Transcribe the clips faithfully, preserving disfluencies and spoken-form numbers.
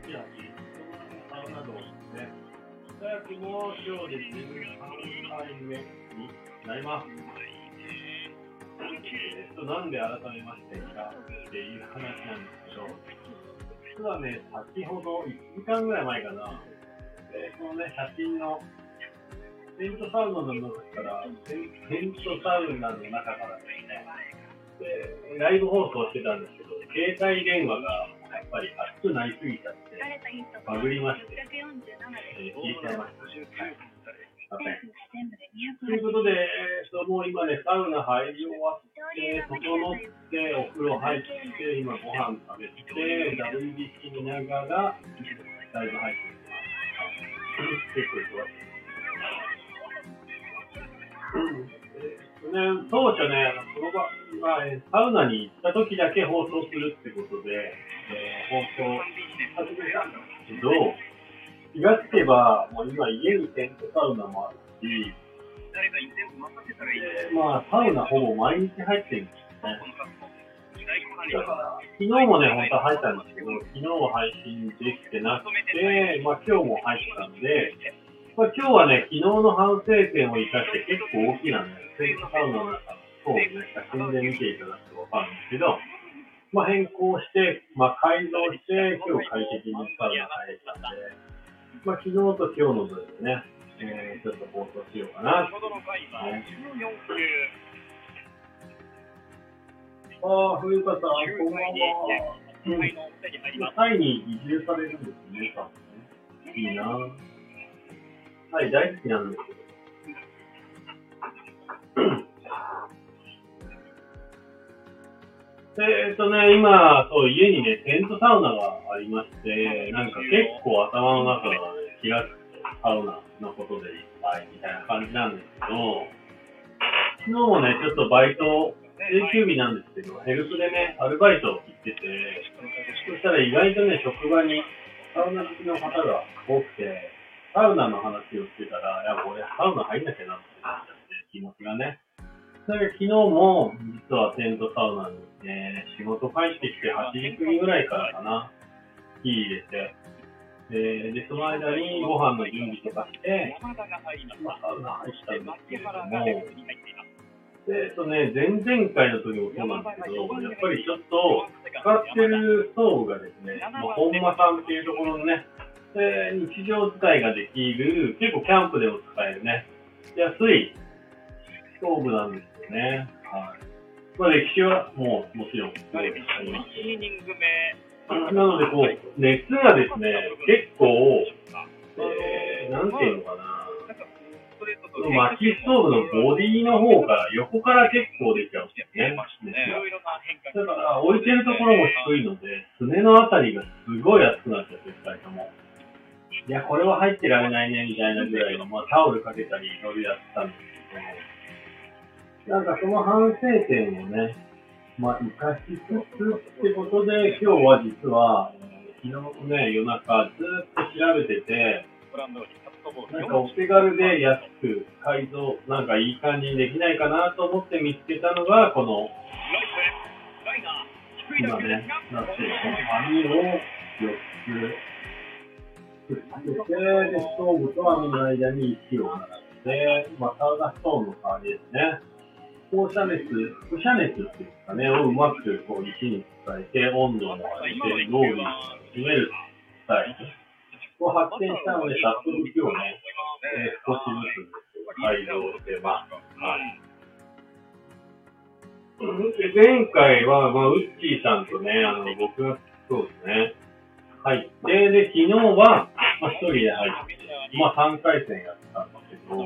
いや、サウナ道ですね。早くも今日でじゅうさんかいめになります。えっと、なんで改めましてかっていう話なんですけど、実はね、先ほどいちじかんぐらい前かな、えー、このね、写真のテントサウナの中から、テントサウナの中からですね、でライブ放送してたんですけど、携帯電話がやっぱり熱くなりすぎちゃって、バグりまして、えー、消えちゃいました。はい、ということで、えー、ともう今ね、サウナ入り終わって、整って、お風呂入って、今ご飯食べて、ダブリュービーシー 見ながら、ライブ配信してます。結構忙しい。うん、ね、当初ね、この場はサウナに行った時だけ放送するってことで、えー、放送始めたんですけど、気がつけば、もう今家にテントサウナもあるし、えー、まあサウナほぼ毎日入ってるんですね。だから昨日もね、本当は入ったんですけど、昨日は配信できてなくて、まあ今日も入ったんで、まあ、今日はね、昨日の反省点を生かして結構大きなね、テントサウナの中の層をね、写真で見ていただくとわかるんですけど、まあ、変更して、まあ、改造して、今日快適にサウナ入れたんで、まあ、昨日と今日の分でね、えー、ちょっと放送しようかな。ね、ああ、冬香さん、こんばんは。うん、タイに移住されるんですね、多分ね。いいなぁ。はい、大好きなんですけど。えっとね、今、そう、家にね、テントサウナがありまして、なんか結構頭の中がね、気がつくとサウナのことでいっぱいみたいな感じなんですけど、昨日もね、ちょっとバイト、定休日なんですけど、ヘルプでね、アルバイト行ってて、そしたら意外とね、職場にサウナ好きの方が多くて、サウナの話をしてたら、いや、俺サウナ入んなきゃなってなっちゃって、気持ちがね。それで昨日も、実はテントサウナに、ね、仕事帰ってきてはちじ過ぎぐらいからかな、火入れて、で、でその間にご飯の準備とかして、まあ、サウナ入ったんですけれども、えっとね、前々回の時もそうなんですけど、やっぱりちょっと使ってるストーブがですね、まあ、本間さんっていうところのね、で日常使いができる、結構キャンプでも使えるね、安いストーブなんですよね。はい。まあ、歴史はもうもちろんすごいあります。なので、こう、熱がですね、結構、えー、なんていうのかな、薪ストーブのボディの方から横から結構出ちゃうんですね。だから置いてるところも低いので、すねのあたりがすごい熱くなっちゃって、ふたりとも。いや、これは入ってられないね、みたいなぐらいの、まあ、タオルかけたりいろいろやってたんですけど、なんかその反省点をね、まあ、生かしつつってことで、今日は実は、昨日のね、夜中ずっと調べてて、なんかお手軽で安く改造、なんかいい感じにできないかなと思って見つけたのが、この、今ね、なってるこの網をよっつくっつけて、で、ストーブと網の間に石を並べて、まあ、サウナストーンの代わりですね。放射熱、輻射熱っていうんですかね、をうまくこう石に伝えて、温度を上げて、ロウリュを締めるスタイルを発見したので、早速今日ね、えー、少しずつ改造してます。はい。前回は、まあ、ウッチーさんとね、あの、僕が、そうですね、入って、で、昨日は、まあ、一人で入って、まあ、さんかい戦やったんですけど、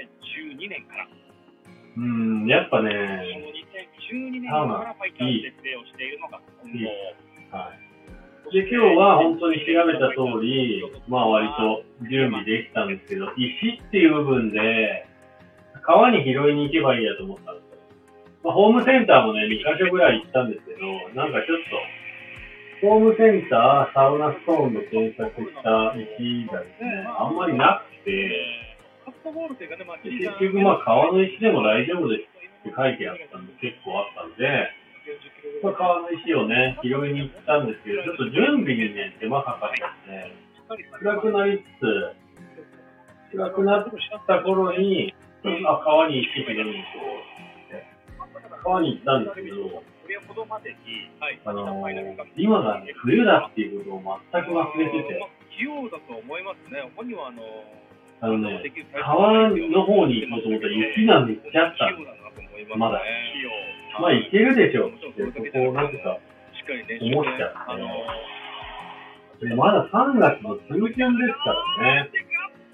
うん、やっぱね、サウナいい。いい。はい。で、今日は本当に調べた通り、まあ割と準備できたんですけど、石っていう部分で、川に拾いに行けばいいやと思ったんですよ。まあ、ホームセンターもね、にかしょぐらい行ったんですけど、なんかちょっと、ホームセンター、サウナストーンで検索した石がですね、あんまりなくて、結局まあ川の石でも大丈夫ですって書いてあったんで結構あったんで、 まあ、川の石をね、拾いに行ったんですけど、ちょっと準備にね、手間かかっちゃって、暗くなりつつ、暗くなった頃に、あ、川に石拾いに行こう。川に行ったんですけど、あのー、今がね、冬だっていうことを全く忘れてて、あのね、川の方に行こうと思ったら雪がめっちゃあったんです。まだ。まあ、行けるでしょって、そこをなんか思っちゃって。でまださんがつの中旬ですからね。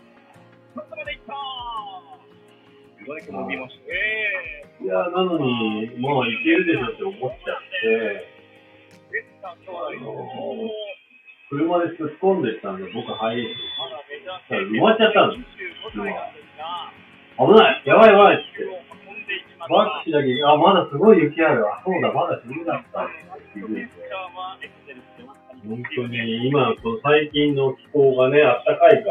いや、なのに、まあ、行けるでしょって思っちゃって、あのー、車で突っ込んでったんで、僕入れて、埋まっちゃったんです。危ない、やばいやばいって。バックしなきゃ、あ、まだすごい雪あるわ。そうだ、まだ冬だったって気づいて。本当に、今、最近の気候がね、あったかいから。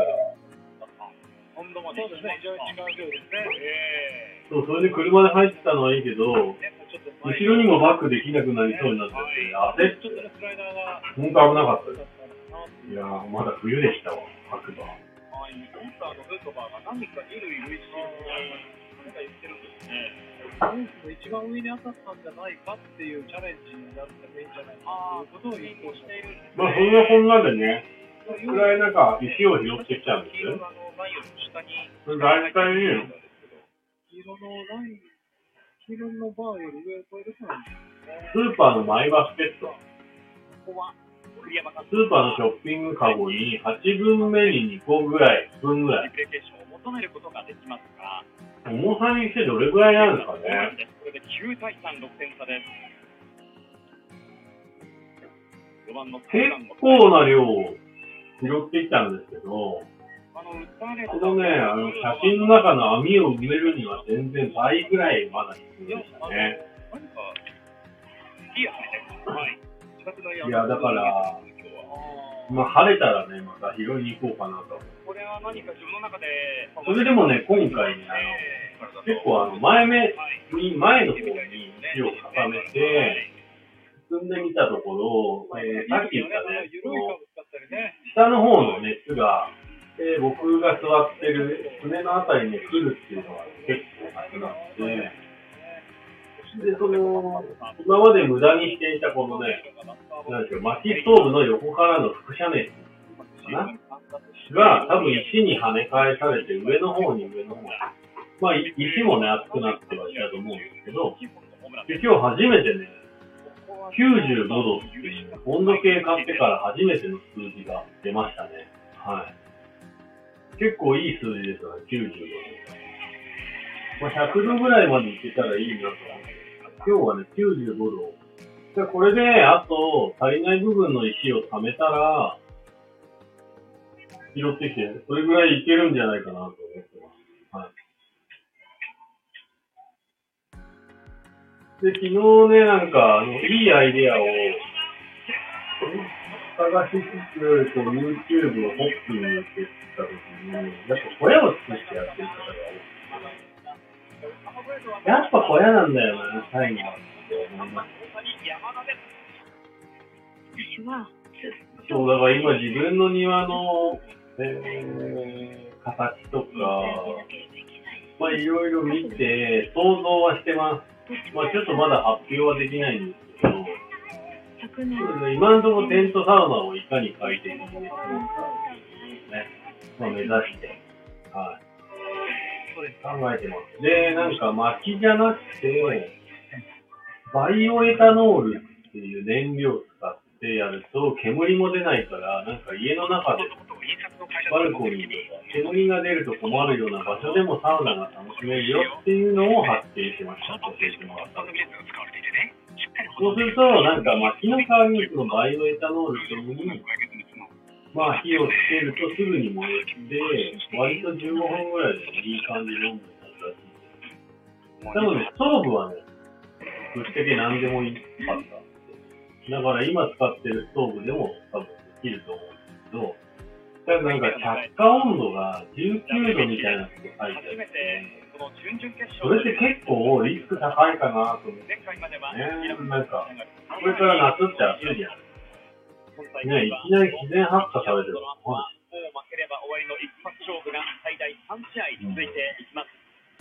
そう、それで車で入ってたのはいいけど、後ろにもバックできなくなりそうになっちゃって、焦って、本当危なかったです。いやー、まだ冬でしたわ、白馬。 一番上に当たったんじゃないかっていうチャレンジになってもいいんじゃないかということを言ってしているんですね。 まあ、そんなこんなでね、くらいなんか石を拾ってきちゃうんですよ。大体ね、 黄色のライン、黄色のバーより上を超えるそうなんですね。 スーパーのマイバスケット。スーパーのショッピングカゴにはちぶんめににこぐらい、分ぐらい。重さにしてどれぐらいなんですかね。結構な量を拾ってきたんですけど、このね、あの写真の中の網を埋めるには全然倍ぐらいまだ必要でしたね。いや、だから、まあ、晴れたらね、また拾いに行こうかなと。それでもね、今回ね、あの結構あの前目に、前の方に石を固めて、進んでみたところ、えー、さっき言ったね、その下の方の熱が、えー、僕が座ってる爪のあたりに来るっていうのは結構なくなって、で、その、今まで無駄にしていたこのね、なんでしょう、薪ストーブの横からの輻射熱かなが、多分石に跳ね返されて上の方に上の方に。まあ、石もね、熱くなってはいたと思うんですけど、で今日初めてね、きゅうじゅうごどっていう温度計買ってから初めての数字が出ましたね。はい。結構いい数字ですよね、きゅうじゅうごど。まあ、ひゃくどぐらいまでいけたらいいなと思って。今日はね、きゅうじゅうごど。でこれで、あと、足りない部分の石を溜めたら、拾ってきて、それぐらいいけるんじゃないかなと思ってます。はい。で、昨日ね、なんか、あの、いいアイデアを探しつつ、こう、YouTube をホップに行ってたときに、やっぱ小屋を作ってやってる方が多い。やっぱ小屋なんだよな、最後はって思います。そう、だから今自分の庭の、えー、形とか、まあいろいろ見て、想像はしてます。まあちょっとまだ発表はできないんですけど、今のところテントサウナをいかに快適にできるかね、まあ、目指して、はい。考えてます。で、なんか薪じゃなくて、バイオエタノールっていう燃料を使ってやると煙も出ないから、なんか家の中でバルコニーとか煙が出ると困るような場所でもサウナが楽しめるよっていうのを発見しました。教えてもらったんです。そうすると、なんか薪の代わりにそのバイオエタノールっていうのに、まあ火をつけるとすぐに燃えて、割とじゅうごふんぐらいでいい感じの温度になるらしいです。なので、ストーブはね、ぶっちゃけ何でもいいかった。だから今使ってるストーブでも多分できると思うんですけど、ただなんか着火温度がじゅうきゅうどみたいなこと書いてあって、 それって結構リスク高いかなと思ってね。なんか、これから夏って暑いじゃん。ね、いきなり自然発火されてる。 負ければ終わりの一発勝負が最大さん試合続いていきます。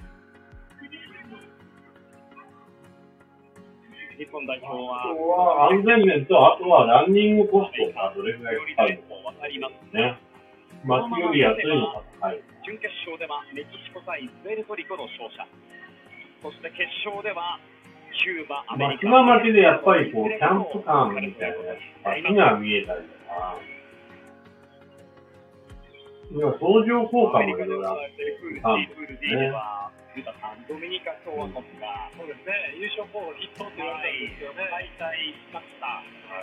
日本代表は安全面と、あとはランニングコストがどれぐらいかかるのかね。街より安いのか高い。 準決勝ではメキシコ対プエルトリコの勝者。そして決勝ではキューバ、アメリカ。 島町でやっぱりこうキャンプカーみたいな街が見えたりとか。いや、相乗効果もいろいろあって、キャンプですね。 ドミニカ共和国が、 そうですね、優勝候補筆頭って言われたんですよね。 敗退しました。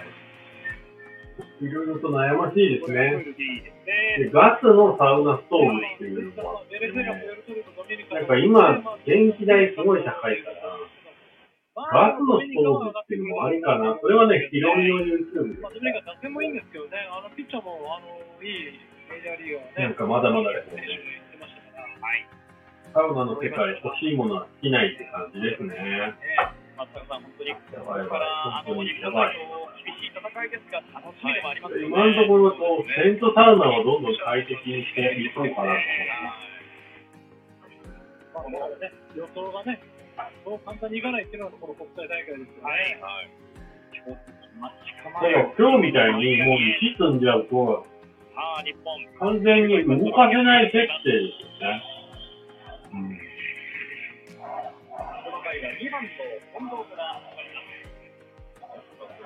いろいろと悩ましいですね。でガスのサウナストーブっていうのは、なんか今、電気代すごい高いから、ガスのストーブっていうのもありかな。それはね、広いの YouTube で。 まあ、ドミニカ打線もいいんですけどね、あのピッチャーもあのいいメジャーリーガーね。 なんかまだまだですね。サウナの世界、欲しいものは尽きないって感じですね。 松坂さん、本当に、 やばいやばい、本当にやばい。厳しい戦いですが、楽しみでもありますよね。 今のところと、テントサウナをどんどん快適にしていこうかなと思ってます。 まあ、ね、予想がね、そう簡単にいかないっていうのがこの国際大会ですよね。はい。 でも今日みたいにもう石積んじゃうと、完全に動かせない設定ですよね。うん、 この回はにばんの近藤から始まります。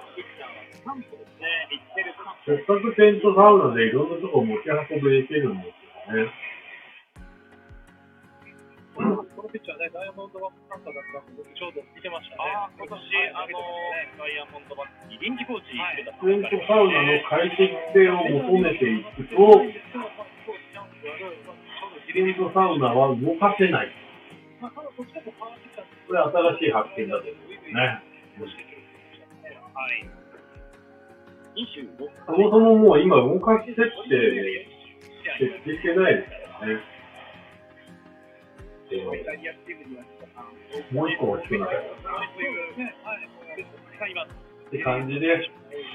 ピッチャーはさん歩ですね。ミッチェル・サンせっかくテントサウナでいろんなとこ持ち運べできるんですよね。 このピッチャーね、ダイヤモンドバックカンターだったんで、僕ちょうど見てましたね。 ああ、今年、あの、ダイヤモンドバックに臨時コーチしてた。 テントサウナの快適性を求めていくと、テントサウナは動かせない。これ新しい発見だと思うんですね。 はい。 そもそももう今動かし設定設定してないですからね。もう一個欲しくなかったな。って感じで、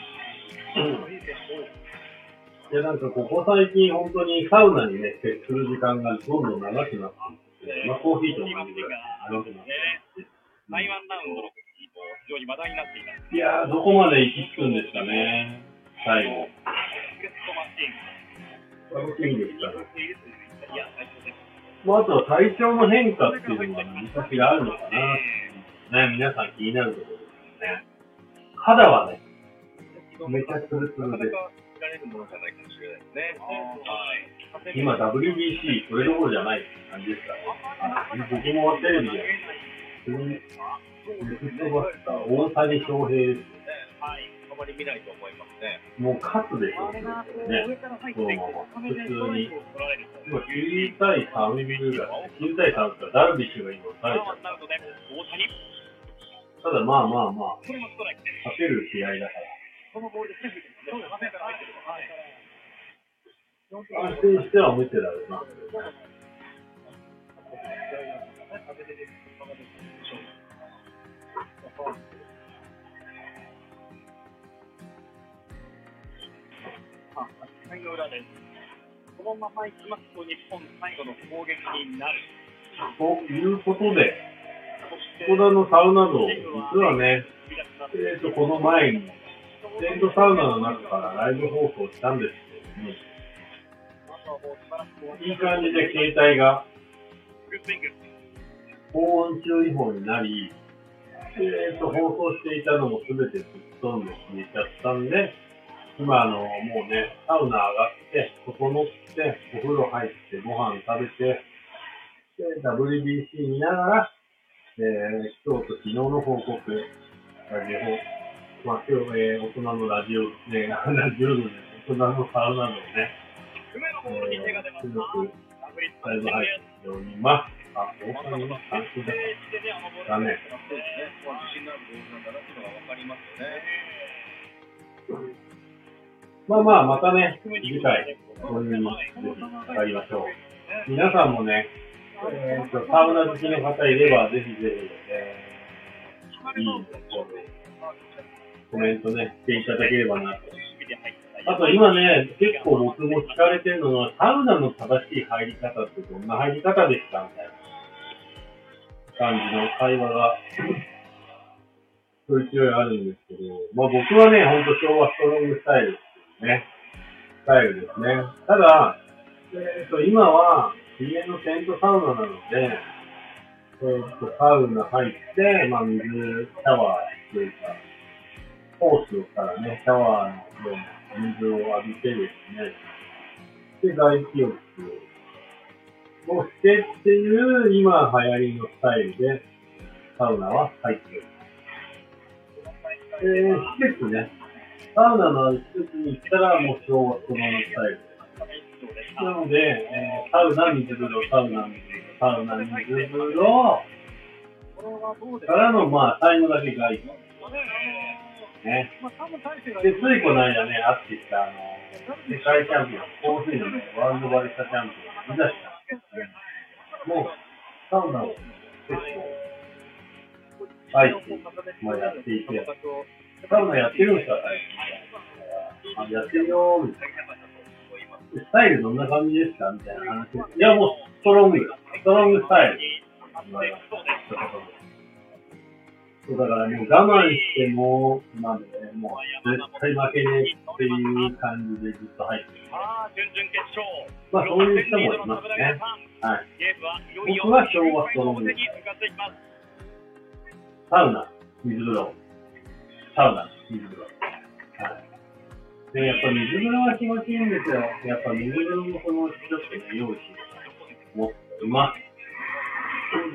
いやなんかここ最近本当にサウナにね、接する時間がどんどん長くなっていって、まあコーヒーと同じぐらい長くなっていって、 台湾ラウンドの時も非常に話題になっています。 いやー、どこまで行き着くんですかね、最後。楽しみですから。まあ、あとは体調の変化っていうのが昔があるのかな、ね、皆さん気になるところですね。肌はね、めちゃツルツルです。今 ダブリュービーシー それどころじゃない感じですからね。僕もテレビで吹っ飛ばした大谷翔平です。 はい、あまり見ないと思いますね。 もう勝つでしょうね。そのまま普通に。今きゅうたいさんぐらい。きゅうたいさんってダルビッシュが今抑えちゃった。ただまあまあまあ、勝てる試合だから。安心しては見てられるな。 回の裏です。このままいきますと日本最後の攻撃になる。 ということで、ここのサウナ道、実はね、えーと、この前に、テントサウナの中からライブ放送したんですけどね、いい感じで携帯が高温注意報になり、えーと、放送していたのもすべて吹っ飛んで消えちゃったんで、今あの、もうね、サウナ上がって、整って、お風呂入って、ご飯食べて、で、ダブリュービーシー 見ながら、えー、今日と昨日の報告、ラジオ、まあ今日、えー、大人のラジオ、ね、ラジオのね、大人のサウナのね、えー、すごくライブ配信しております。あ、大谷の関係だだね。まあまあ、またね、次回、そういうふうにやりましょう。皆さんもね、 えーと、サウナ好きの方いれば、ぜひぜひ、えー、いいコメントね、していただければなと。あと今ね、結構僕も聞かれてるのは、サウナの正しい入り方ってどんな入り方ですかみたいな感じの会話が、そういう勢いあるんですけど、まあ僕はね、ほんと昭和ストロングスタイルですね。スタイルですね。ただ、えーと、今は家のテントサウナなので、えーと、サウナ入って、まあ水、シャワーというか、ホースからね、シャワーのような水を浴びてですね、で、外気浴をしてっていう、今流行りのスタイルで、サウナは入っている。えー、施設ね。サウナの施設に行ったらもう昭和そのスタイルです。なので、えー、サウナ、水風呂、サウナ、水風呂、サウナ、水風呂からの、まあ、最後だけがいい。ね。で、ついこの間ね、あってきた、あの、世界チャンピオン、香水のね、ワールドバリスタチャンピオンを目指した。もう、サウナを結構、あえて、まあ、やっていて、サウナやってるんですかあ、やってるよー、みたいな。スタイルどんな感じですかみたいな話。いや、もう、ストロング、ストロングスタイル。そうだからもう我慢しても、まあね、もう絶対負けねえっていう感じでずっと入ってる。まあそういう人もいますね。はい。僕は昭和ストロング。サウナ、水風呂。サウナ、水風呂。はい。で、やっぱ水風呂は気持ちいいんですよ。やっぱ水風呂もそのちょっとね、用意して持っています。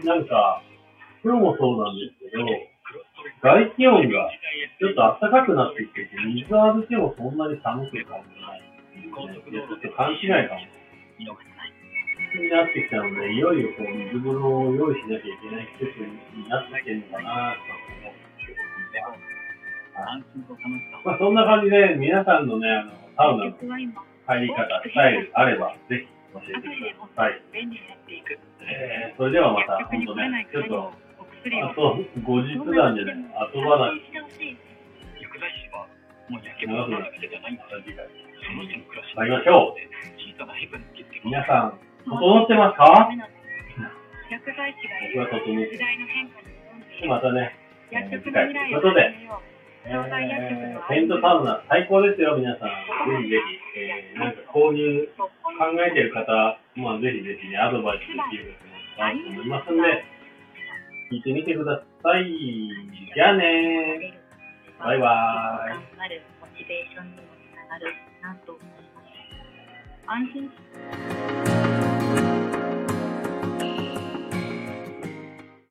なんか、今日もそうなんですけど、外気温がちょっと暖かくなってきてて、水を浴びてもそんなに寒く感じない。ちょっと勘違いかも。になってきたので、いよいよこう水風呂を用意しなきゃいけない季節になってきてるのかなと思ってまあそんな感じで、皆さんのね、あの、サウナの入り方、スタイルあれば、ぜひ教えてください。えー、それではまた、ほんとね、ちょっと、あと、後日談でね、後話。長くなってきて、参りましょう。皆さん、整ってますか？僕は整ってます。またね、えー、次回ということで、えー、テントサウナ最高ですよ、皆さん。ぜひぜひ、えー、なんか購入考えてる方、まあぜひぜひね、アドバイスできると思いますんで、聞いてみてください。じゃあねー。バイバーイ。 モチベーションにもつながるなと思います。安心